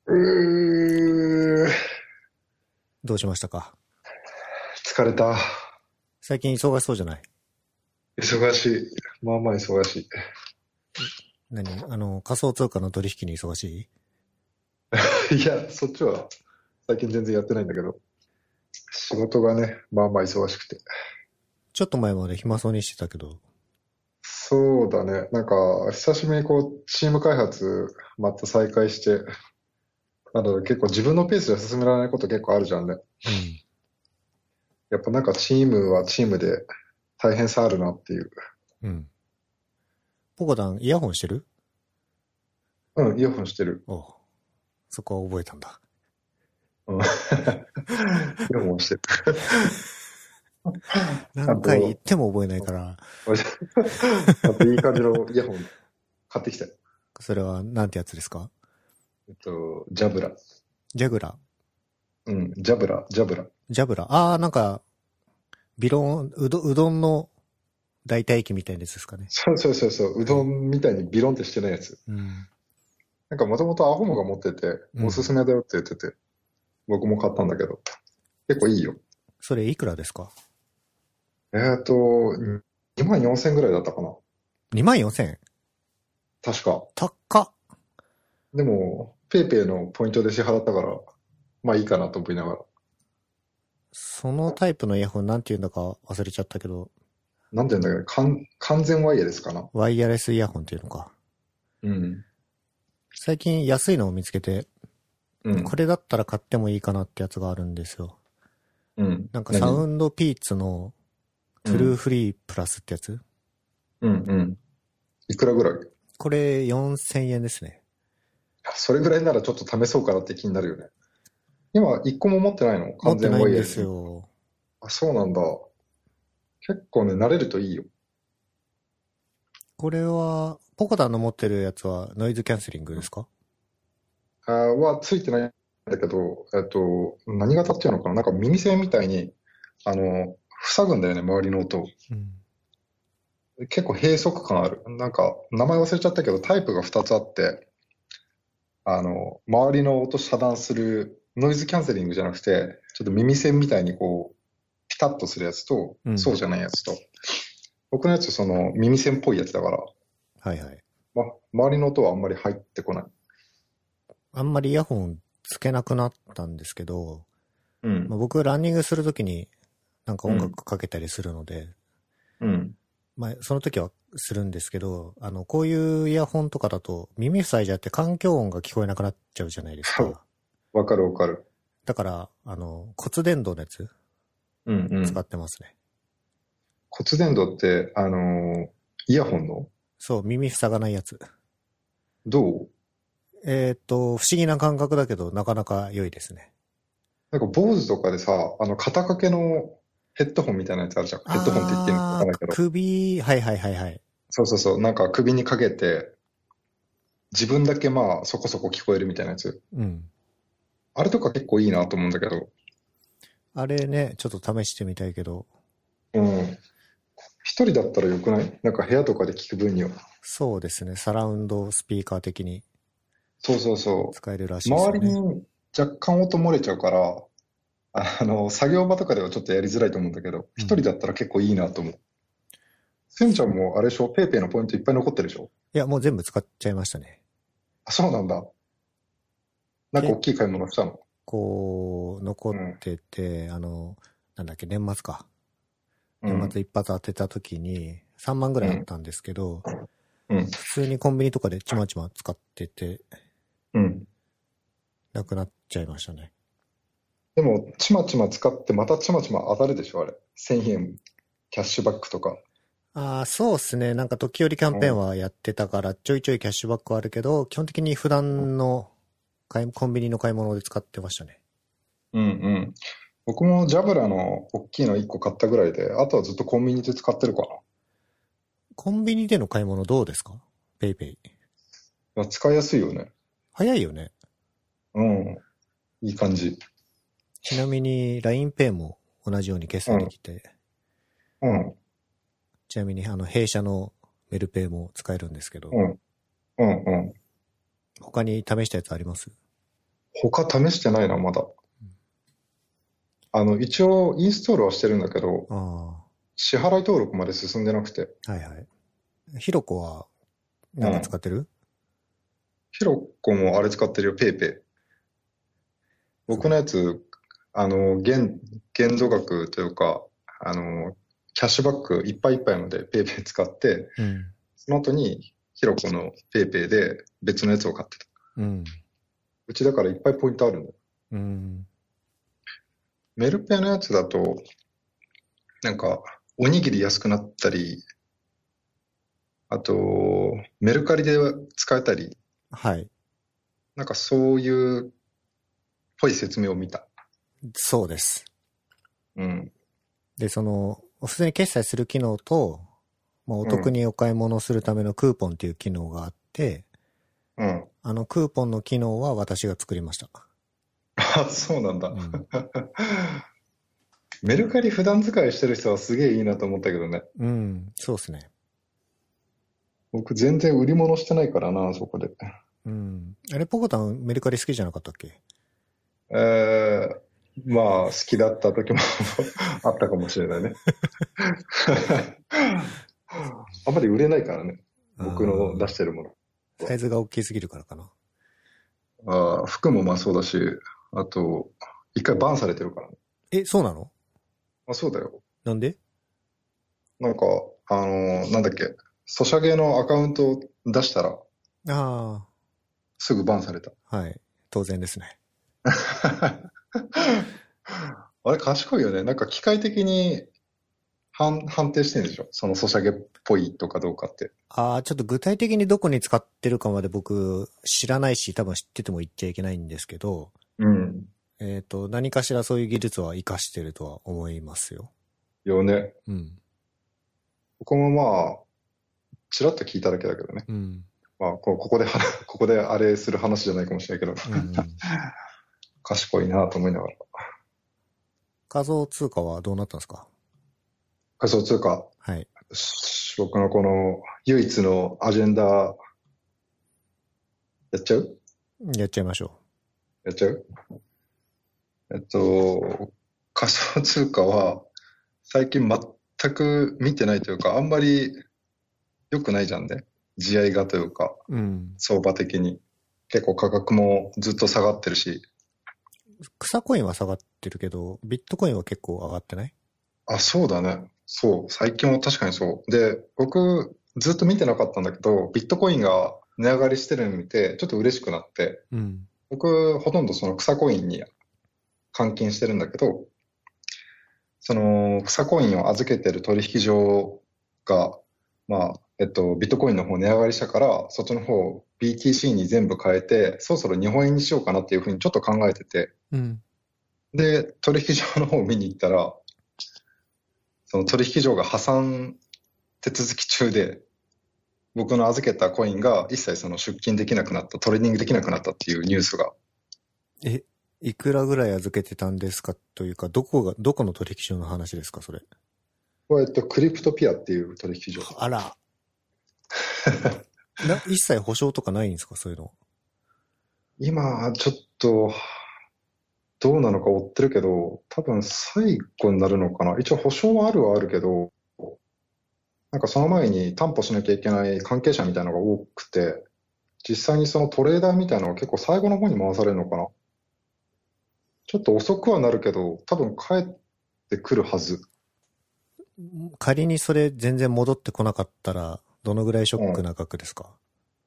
うー、 どうしましたか？ 疲れた。 最近忙しそうじゃない？ 忙しい。まあまあ忙し仮想通貨の取引に忙しい？ い。いや、そっちは最近全然やってないんだけど、仕事がね、まあまあ忙しくて。 ちょっと前まで暇そうにしてたけど。 そうだね。久しぶりにチーム開発、また再開して、結構自分のペースで進められないこと結構あるじゃんね。 うん。 やっぱチームはチームで大変さあるなっていう。 うん。ポコタンイヤホンしてる？ うん、イヤホンしてる。 おう、そこは覚えたんだ。 うん。イヤホンしてる。ちゃ何回言っんと、 ても覚えないから。 ちゃんといい感じのイヤホン買ってきたよ。 それはなんてやつですか？ ジャブラ。 ジャグラ。 うん、ジャブラ、ジャブラ。 ジャブラ。あー、ビロン、うどんの代替液みたいなやつですかね。 そうそうそうそう、うはい。 どんみたいにビロンってしてないやつ。 うん。 もともとアホモが持ってて、おすうん。 すめだよって言ってて、僕も買ったんだけど、結構いいよ。 それいくらですか？ 2万4000ぐらいだったかな。 24,000 円。 確か。 高っ。 でも、ペイペイのポイントで支払ったから、まあいいかなと思いながら。 そのタイプのイヤホンなんて言うんだか忘れちゃったけど、 なんて言うんだけど、完全ワイヤレスかな。 ワイヤレスイヤホンっていうのか。 うん。 最近安いのを見つけて、 うん。 これだったら買ってもいいかなってやつがあるんですよ。 うん。 サ何？ ウンドピーツのトゥルーうん。 フリープラスってやつ。 うん。うん。いくらぐらい？ これ4000円ですね。 それぐらいならちょっと試そうかなって気になるよね。今、一個も持ってないの？ 持っ完全てないんでワイヤレスの。 すよ。 あ、そうなんだ。結構ね、慣れるといいよ。 これは、ポコタンの持ってるやつはノイズキャンセリングですか？ ついてないんだけど、何型っていうのかな、耳栓みたいに、塞ぐんだよね、周りの音を。 うん。 結構閉塞感ある。名前忘れちゃったけど、タイプが2つあって、周りの音遮断するノイズキャンセリングじゃなくて、ちょっと耳栓みたいにピタッとするやつと、 うん。 そうじゃないやつと。僕のやつ、その耳栓っぽいやつだから、 はいはい。 周りの音はあんまり入ってこない。 あんまりイヤホンつけなくなったんですけど、 うん。 僕ランニングするときに音うん。 楽かけたりするので、 うん。 その時はするんですけど、こういうイヤホンとかだと耳塞いじゃって環境音が聞こえなくなっちゃうじゃないですか。 わかるわかる。 だから、骨伝導のやつうんう使っん。 てますね。 骨伝導って、イヤホンのそう、耳塞がないやつ。 どう？ 不思議な感覚だけど、なかなか良いですね。 坊主とかでさ、肩掛けのヘッドホンみたいなやつあるじゃん。ヘッドホンって言っていいのかわかんないけど。 はいはいはいはい。 そうそうそう。首にかけて、自分だけまあそこそこ聞こえるみたいなやつ。 うん。 あれとか結構いいなと思うんだけど。 あれね、ちょっと試してみたいけど、 うん。一人だったらよくない？部屋とかで聞く分には。 そうですね、サラウンドスピーカー的にそうそうそ使えるらしう。 いですよね。 周りに若干音漏れちゃうから、作業場とかではちょっとやりづらいと思うんだけど、 うん。 一人だったら結構いいなと思う。せんちゃんもあれでしょ？ペイペイのポイントいっぱい残ってるでしょ？ いや、もう全部使っちゃいましたね。 あ、そうなんだ。 結大きい買い物したの？ 構残っうん。 てて、なんだっけ、年末か。年うん。 末一発当てた時に3万ぐらいあっうん。 たんですけど、 うん。 普通にコンビニとかでちまちま使ってて、 うん。 なくなっちゃいましたね。 でも、ちまちま使ってまたちまちま当たるでしょあれ。1000円キャッシュバックとか。 ああ、そうっすね。時折キャンうん。 ペーンはやってたから、ちょいちょいキャッシュバックはあるけど、基本的に普段のコンビニの買い物で使ってましたね。 うんうん。僕もジャブラの大きいの1個買ったぐらいで、あとはずっとコンビニで使ってるかコンビニでの買い物どうですか？ペイペイ。 な。使いやすいよね。 早いよね。 うん。いい感じ。 ちなみに LINEPay も同じように決済でうん。 きて、 うん。 ちなみに弊社のメルペイも使えるんですけど、 うん。うん。うん。 他に試したやつあります？ 他試してないな、まだ。一応インストールはしてるんだけど、 あ支払い登録まで進んでなくて。 あ。はいはい。ひろこはなんか使ってる？ ひろこもあれ使ってるよ、ペイペイ。僕のやつ、限度額というか、キャッシュバックいっぱいいっぱいのでペイペイ使って、 うん。 その後にひろこのペイペイで別のやつを買ってた。 うん。 うちだからいっぱいポイントあるんだよ。 うん。 メルペイのやつだと、なんか、おにぎり安くなったり、あと、メルカリで使えたり、 はい。 なんかそういうっぽい説明を見た。 そうです。 うん。 で、普通に決済する機能と、まあ、お得にお買い物するためのクーポンっていう機能があって、 うん。 クーポンの機能は私が作りました。 あ、そうなんだ。 うん。 メルカリ普段使いしてる人はすげえいいなと思ったけどね。 うん、そうですね。 僕全然売り物してないからな、そこで。 うん。あれ、ポコタンメルカリ好きじゃなかったっけ？ まあ、好きだった時もあったかもしれないね。あんまり売れないからね。僕の出してるものは。 サイズが大きすぎるからかな。 服もまあそうだし、あと、一回バンされてるからね。 え、そうなの？ そうだよ。 なんで？ なんか、なんだっけ、ソシャゲのアカウントを出したら、 あすぐバンされた。 あ、はい。当然ですね。 あれ賢いよね。なんか機械的に判定してるんでしょ、そのソシャゲっぽいとかどうかって。 ああ、ちょっと具体的にどこに使ってるかまで僕知らないし、多分知ってても言っちゃいけないんですけど、 うん。 何かしらそういう技術は活かしてるとは思いますよ。 よね。 うん。 僕もまあ、ちらっと聞いただけだけどね。 うん。 まあ、ここでここであれする話じゃないかもしれないけど、 うん、うん。 賢いなと思いながら。 仮想通貨はどうなったんですか？ 仮想通貨、 はい。 僕のこの唯一のアジェンダ、やっちゃうやっちゃいましょやっちゃう仮想通貨は最近全く見てないというか、あんまり良くないじゃんね。地合いがというか、 う。うん。 相場的に。結構価格もずっと下がってるし。 草コインは下がってるけど、ビットコインは結構上がってない？ あ、そうだね。そう。最近は確かにそう。で、僕、ずっと見てなかったんだけど、ビットコインが値上がりしてるのを見て、ちょっと嬉しくなって、 うん。 僕、ほとんどその草コインに換金してるんだけど、その草コインを預けてる取引所が、まあ、ビットコインの方値上がりしたから、そっちの方 BTC に全部変えて、そろそろ日本円にしようかなっていうふうにちょっと考えてて、 うん。 で、取引所の方を見に行ったら、その取引所が破産手続き中で、僕の預けたコインが一切その出金できなくなった、トレーニングできなくなったっていうニュースが。 え、いくらぐらい預けてたんですかというか、どこの取引所の話ですか、それ。 これクリプトピアっていう取引所。 あら。一切保証とかないんですか、そういうの。 今、ちょっと、どうなのか追ってるけど、多分最後になるのかな。一応保証はあるはあるけど、なんかその前に担保しなきゃいけない関係者みたいなのが多くて、実際にそのトレーダーみたいなのが結構最後の方に回されるのかな。ちょっと遅くはなるけど、多分帰ってくるはず。 仮にそれ全然戻ってこなかったら、どのぐらいショックうん。 な額ですか？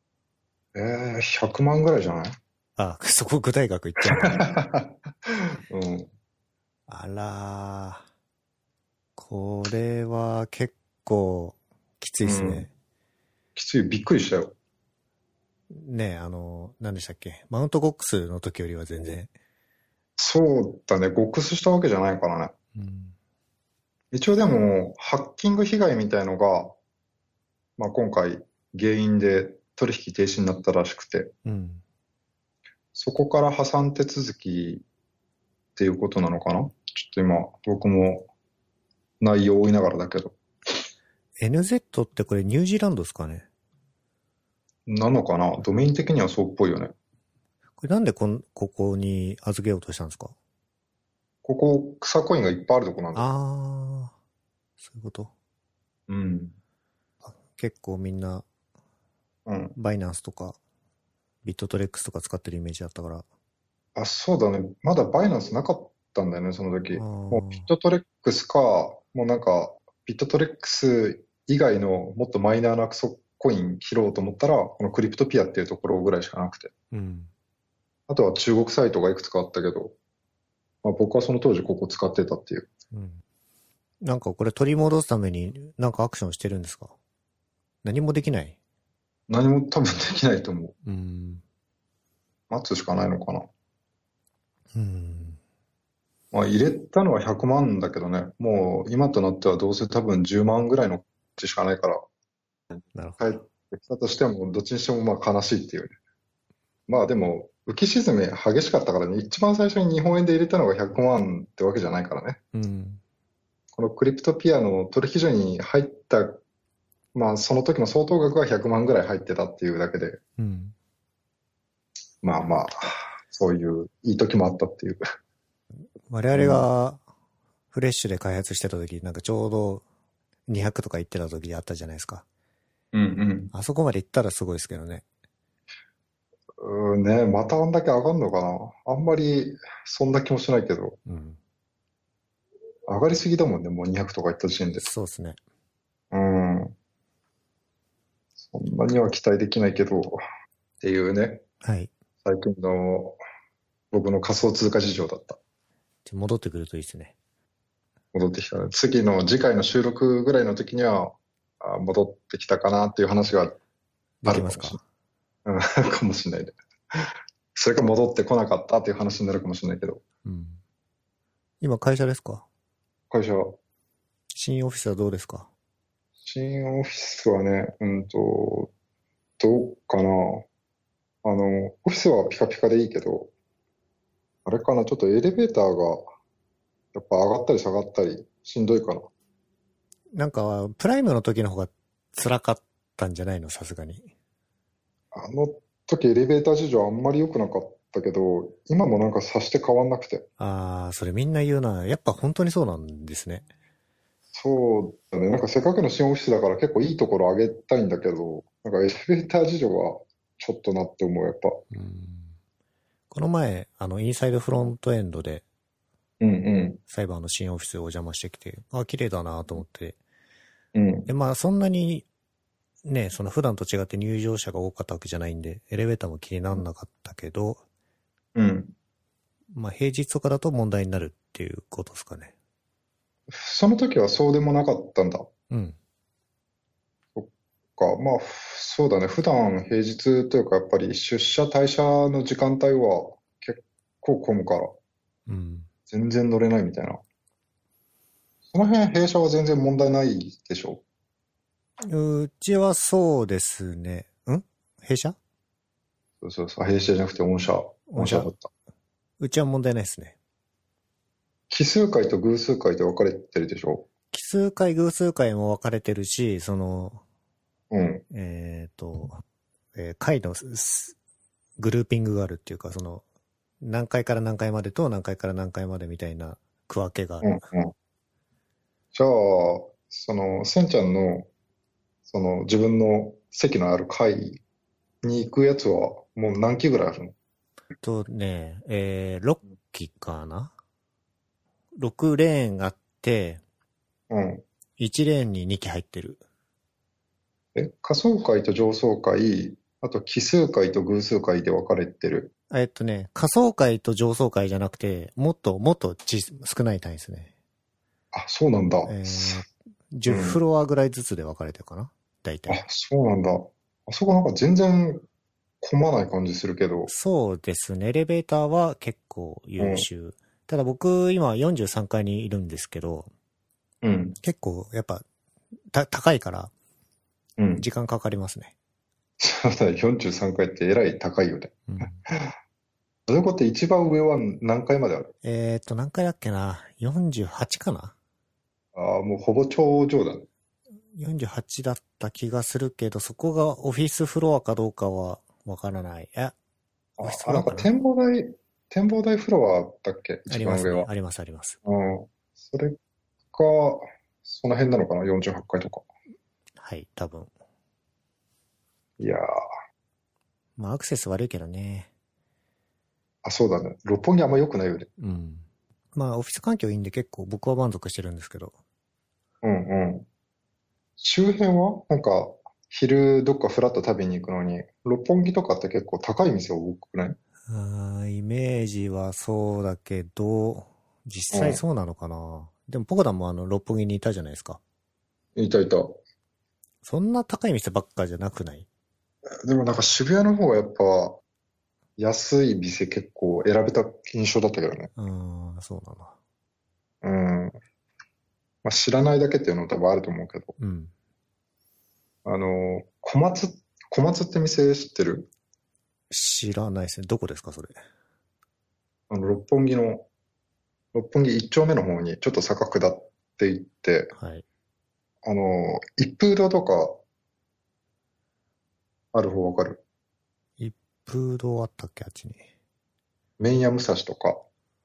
100万ぐらいじゃない？ あ、そこ具体額言っちゃうんだ。 うん。 あらー。これは結構きついですね。 きつい、びっくりしたよ。 ねえ、何でしたっけ？マウントゴックスの時よりは全然。 そうだね、ゴックスしたわけじゃないからね。 うん。 一応でも、ハッキング被害みたいのが、まあ、今回原因で取引停止になったらしくて、 うん。 そこから破産手続きっていうことなのかな。ちょっと今、僕も内容を追いながらだけど。 NZ ってこれニュージーランドですかね？ なのかな、ドメイン的にはそうっぽいよね。 これなんでここに預けようとしたんですか？ ここ草コインがいっぱいあるとこなんだ。 ああ、そういうこと。 うん。 結構みんな、 うん。 バイナンスとか、ビットトレックスとか使ってるイメージだったから。 あ、そうだね。まだバイナンスなかったんだよね、その時。 あもうビットトレックスか、もうなんか、ビットトレックス以外のもっとマイナーなクソコイン拾おうと思ったら、このクリプトピアっていうところぐらいしかなくて。 うん。 あとは中国サイトがいくつかあったけど、まあ、僕はその当時ここ使ってたっていう。 うん。なんかこれ取り戻すためになんかアクションしてるんですか？何もできない？ 何も多分できないと思う。 うん。 待つしかないのかな。 うん。 まあ入れたのは100万だけどね、もう今となってはどうせ多分10万ぐらいの値しかないから、 なるほど。 帰ってきたとしても、どっちにしてもまあ悲しいっていうね。まあでも、浮き沈み激しかったからね、一番最初に日本円で入れたのが100万ってわけじゃないからね。 うん。 このクリプトピアの取引所に入った、まあその時の相当額は100万ぐらい入ってたっていうだけで、 うん。 まあまあ、そういういい時もあったっていう。 我々がフレッシュで開発してた時、なんかちょうど200とか言ってた時あったじゃないですか。 うんうん。 あそこまで行ったらすごいですけどね。 ね、またあんだけ上がるのかな。あんまりそんな気もしないけど、 うん。 上がりすぎだもんね、もう200とか言った時点で。 そうですね。 うん。そんなには期待できないけど、っていうね、 はい。 最近の僕の仮想通貨事情だった。 戻ってくるといいですね。 戻ってきたね。次回の収録ぐらいの時には、戻ってきたかなっていう話ができますか？ あるかもしれない。うん、かもしれないね。それか戻ってこなかったっていう話になるかもしれないけど。 うん。今会社ですか？ 会社、 新オフィスはどうですか？ 新オフィスはね、どうかな。オフィスはピカピカでいいけど、あれかな、ちょっとエレベーターが、やっぱ上がったり下がったり、しんどいかな。 なんか、プライムの時の方が辛かったんじゃないの？さすがに。 あの時エレベーター事情あんまり良くなかったけど、今もなんかさして変わんなくて。 ああ、それみんな言うな。やっぱ本当にそうなんですね。 そうだね。なんかせっかくの新オフィスだから結構いいところ上げたいんだけど、なんかエレベーター事情はちょっとなって思う、やっぱ。 うん。この前、インサイドフロントエンドで、 うんうサイバーの新オフィスをお邪魔してきて、あ、綺麗だなと思って。 ん。うん。 で、まあ、そんなに、ね、その普段と違って入場者が多かったわけじゃないんで、エレベーターも気にならなかったけど、 うん。 まあ、平日とかだと問題になるっていうことですかね。 その時はそうでもなかったんだ。 うん。 そっか。まあ、そうだね。普段平日というか、やっぱり出社退社の時間帯は結構混むから、 うん。 全然乗れないみたいな。その辺弊社は全然問題ないでしょ？ うちはそうですね。弊社？ そうそうそう。弊社じゃなくて御社、 御社。 御社だった。 うちは問題ないですね。 奇数回と偶数回で分かれてるでしょ？ 奇数回、偶数回も分かれてるし、 うん。 回のグルーピングがあるっていうか、何回から何回までと何回から何回までみたいな区分けがある。 うんうん。じゃあ、せんちゃんの、自分の席のある階に行くやつは、もう何機ぐらいあるの？ 6機かな？ 6 レーンあって、 うん。 1レーンに2機入ってる。 仮想階と上層階、あと奇数階と偶数階で分かれてる。 仮想階と上層階じゃなくて、もっと少ない単位ですね。 あ、そうなんだ。 10フロアぐらいずつで分かれてるかな大体。 あ、そうなんだ。あそこなんか全然混まない感じするけど。 そうですね。エレベーターは結構優秀。ただ僕、今43階にいるんですけど、 うん。 結構、やっぱ、高いから、 うん。 時間かかりますね。 そうだね。43階ってえらい高いよね。 うん。 それこって一番上は何階まである？ 何階だっけな？ 48 かな？ ああ、もうほぼ頂上だね。 48 だった気がするけど、そこがオフィスフロアかどうかはわからない。 オフィスフなんかロアかな。 展望台フロアだっけありますね。 一番上は。 あります、あります。 うん。それが、その辺なのかな？ 48 階とか。 はい、多分。 いやー、 まあ、アクセス悪いけどね。 そうだね。六本木あんま良くないよね。 うん。まあ、オフィス環境いいんで結構僕は満足してるんですけど。 うんうん。周辺はなんか、昼どっかフラッと食べに行くのに、六本木とかって結構高い店多くない？ イメージはそうだけど、実うん。 際そうなのかな。でも、ポコダンも六本木にいたじゃないですか。 いたいた。 そんな高い店ばっかじゃなくない？ でもなんか渋谷の方がやっぱ安い店結構選べた印象だったけどね。 そうなんだ。 うん。まあ、知らないだけっていうのも多分あると思うけど。 うん。 小松って店知ってる？ 知らないですね。どこですか、それ。 六本木の、六本木一丁目の方にちょっと坂下っていって、 はい。 一風堂とかある方わかる？ 一風堂あったっけ、あっちに。 麺屋武蔵とか。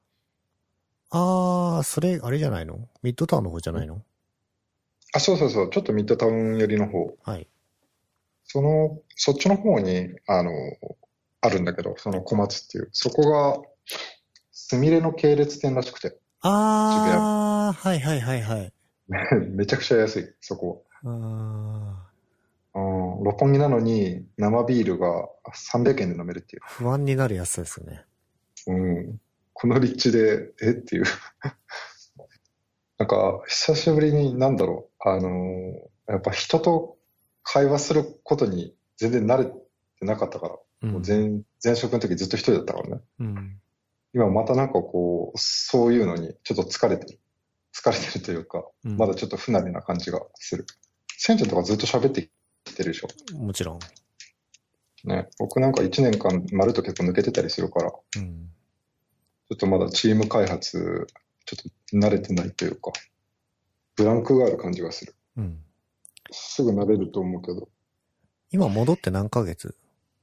それ、あれじゃないの？ミッドタウンの方じゃないの？ そうそうそう、ちょっとミッドタウン寄りの方。 はい。 そっちの方に、あるんだけど、その小松っていう。そこが、すみれの系列店らしくて、渋谷。 はいはいはいはい。 めちゃくちゃ安い、そこ。 あー、 六本木なのに生ビールが300円で飲めるっていう。 不安になるやつですね。 うん。この立地で、っていう。なんか、久しぶりになんだろう。やっぱ人と会話することに全然慣れてなかったから。もううん。 前職の時ずっと一人だったからね。 うん。 今またなんかこう、そういうのにちょっと疲れてる。疲れてるというか、 うん。 まだちょっと不慣れな感じがする。センちゃんとかずっと喋ってきてるでしょ。 もちろん。 ね。僕なんか1年間まるっと結構抜けてたりするから、ちうん。 ょっとまだチーム開発、ちょっと慣れてないというか、ブランクがある感じがする。 うん。 すぐ慣れると思うけど、 今戻って何ヶ月？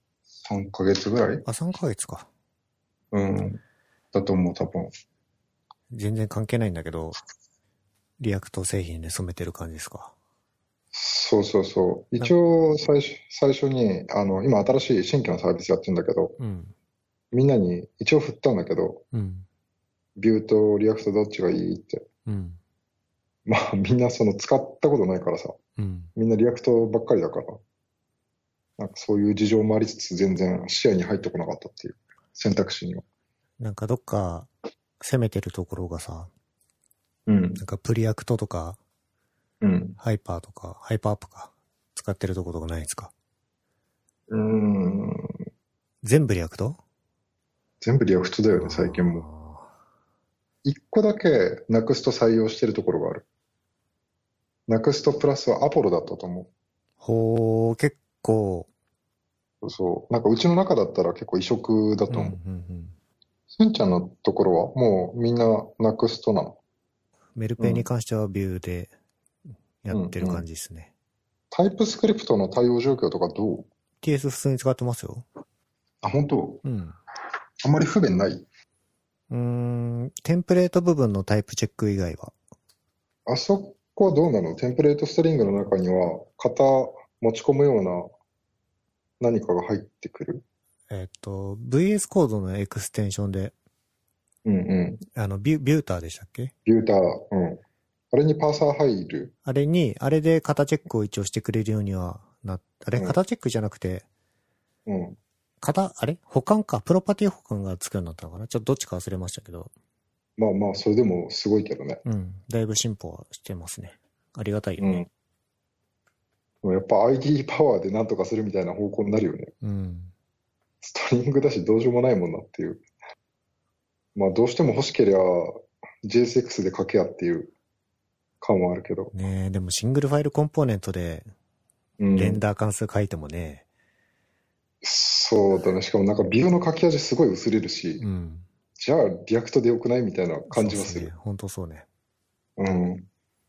3ヶ月ぐらい？ 3ヶ月か。 うん。だと思う、多分。 全然関係ないんだけど、リアクト製品で染めてる感じですか。 そうそうそう。 なん一応最初に、今新しい新規のサービスやってるんだけど、 うん。 みんなに一応振ったんだけど、 うん。 ビューとリアクトどっちがいいって。 うん。 まあみんなその使ったことないからさ、 うん。 みんなリアクトばっかりだから、なんかそういう事情もありつつ全然視野に入ってこなかったっていう選択肢には。 なんかどっか攻めてるところがさ、 うん。 なんかプリアクトとか、 うん。 ハイパーとか、ハイパーアップか、使ってるところがないですか？ うーん。 全部リアクト？ 全部リアクトだよね、最近も。 あ一個だけナクスト採用してるところがある。ナクストプラスはアポロだったと思ほー、結構、 う。そう。なんかうちの中だったら結構異色だうん、うん、 と思う。 うん。 せんちゃんのところはもうみんなナクストなの？ メルペイにうん。 関してはビューでやうん、 ってるうん。 感じですね。 タイプスクリプトの対応状況とかどう？ TS 普通に使ってますよ。 本当？ うん。 あんまり不便ない？ テンプレート部分のタイプチェック以外は。 あそこはどうなの？テンプレートストリングの中には型持ち込むような何かが入ってくる？ VS コードのエクステンションで、 うんうん。 ビューターでしたっけ？ ビューター、うん。あれにパーサー入る？ あれで型チェックを一応してくれるようにはあれうん。 型チェックじゃなくて、 うん。 あれ保管か。プロパティ保管がつくようになったのかな。ちょっとどっちか忘れましたけど。 まあまあ、それでもすごいけどね。 うん。だいぶ進歩はしてますね。ありがたいよね。 うん。でもやっぱ ID パワーでなんとかするみたいな方向になるよね。 うん。 ストリングだしどうしようもないもんなっていう。まあどうしても欲しければ JSX で書けやっていう感はあるけど。 ねえ、でもシングルファイルコンポーネントでうん。 レンダー関数書いてもね、 そうだね。しかもなんかビューの書き味すごい薄れるし、 うん。 じゃあリアクトでよくないみたいな感そうっすね。 じはする。 ほんとそうね。 うん。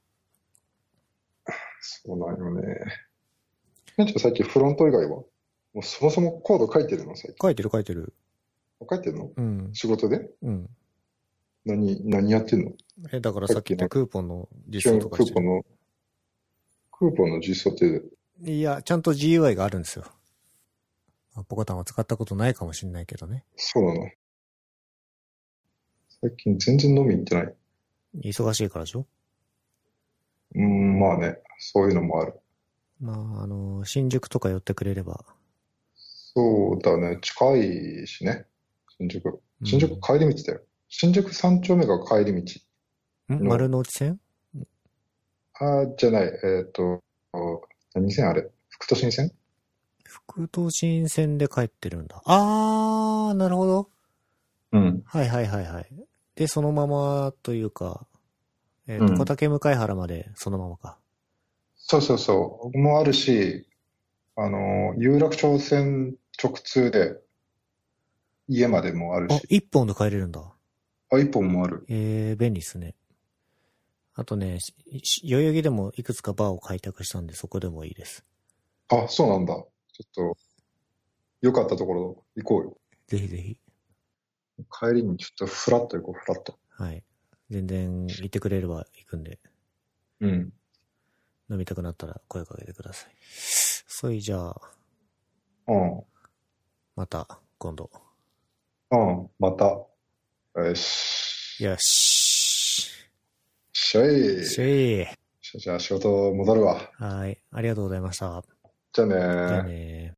そうなんよね。店長最近フロント以外はもうそもそもコード書いてるの最近？ 書いてる書いてる。 帰ってんの？ うん。 仕事で？ うん。 何やってんの？ だからさっき言ったクーポンの実装急にとかしてる。 クーポンの実装って、 いや、ちゃんと GUI があるんですよ。ポコタンは使ったことないかもしれないけどね。 そうなの？最近全然飲み行ってない。 忙しいからでしょ？ まあね、そういうのもある。 まあ、新宿とか寄ってくれれば。 そうだね、近いしね、新宿。新宿うん。 帰り道だよ。新宿三丁目が帰り道丸の、 の内線？ じゃない、何線あれ？副都心線？ 副都心線で帰ってるんだ。あー、なるほど。 うん。 はいはいはいはい。で、そのままというか、小うん。 竹向原までそのままか。 そうそうそう。もあるし、有楽町線直通で家までもあるあ、 し。 一本で帰れるんだ。 一本もある。 便利っすね。あとね、代々木でもいくつかバーを開拓したんで、そこでもいいです。 あ、そうなんだ。ちょっと、良かったところ行こうよ。 ぜひぜひ。 帰りにちょっとフラッと行こう、フラッと。 はい。全然行ってくれれば行くんで、 うん。 飲みたくなったら声かけてください。それじゃあ、 うん。 また今度。 うん。また。よし。 よし。 しょい。 しょい。 じゃあ仕事戻るわ。 はい。ありがとうございました。 じゃあねじゃあー。 ね